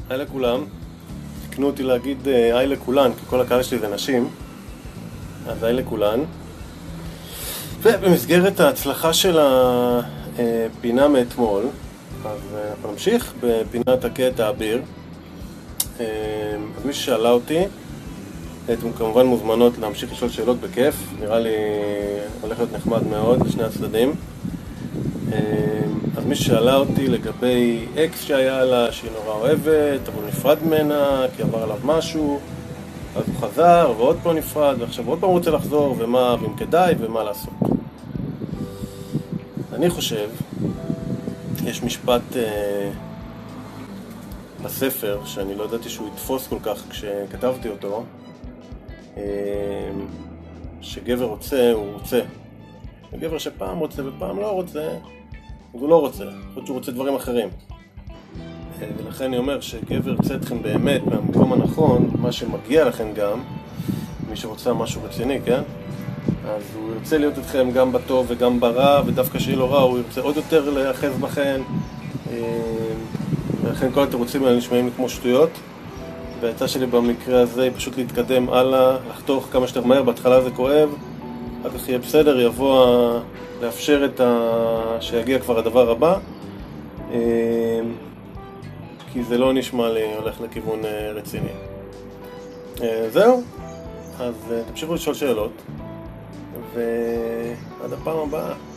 היי לכולם. תקנו אותי להגיד היי לכולן, כי כל הקהל שלי זה נשים. אז היי לכולן. ובמסגרת ההצלחה של הפינה מאתמול, אז אנחנו נמשיך בפינת הקטע האביר. אז מי ששאלה אותי, אתם כמובן מוזמנות להמשיך לשאול שאלות בכיף. נראה לי הולך להיות נחמד מאוד לשני הצדדים. אז מי ששאלה אותי לגבי אקס שהיה לה, שהיא נורא אוהבת, אבל הוא נפרד ממנה כי עבר עליו משהו, אז הוא חזר ועוד פעם נפרד, ועכשיו עוד פעם הוא רוצה לחזור, ומה, ואם כדאי, ומה לעשות. אני חושב, יש משפט בספר שאני לא ידעתי שהוא יתפוס כל כך כשכתבתי אותו, שגבר רוצה, הוא רוצה. וגבר שפעם רוצה ופעם לא רוצה, אז הוא לא רוצה, יכול שהוא רוצה דברים אחרים. ולכן אני אומר שגבר ירצה אתכם באמת מהמקום הנכון, מה שמגיע לכם גם, מי שרוצה משהו רציני, כן? אז הוא ירצה להיות אתכם גם בטוב וגם ברע, ודווקא שיהיה לו רע, הוא ירצה עוד יותר להיאחז בכם. ולכן כל התירוצים האלה נשמעים לי כמו שטויות. והעצה שלי במקרה הזה היא פשוט להתקדם הלאה, לחתוך כמה שיותר מהר, בהתחלה זה כואב, אחר כך יהיה בסדר, יבוא לאפשר שיגיע כבר הדבר הבא, כי זה לא נשמע לי הולך לכיוון רציני. זהו, אז תמשיכו לשאול שאלות, ועד הפעם הבאה.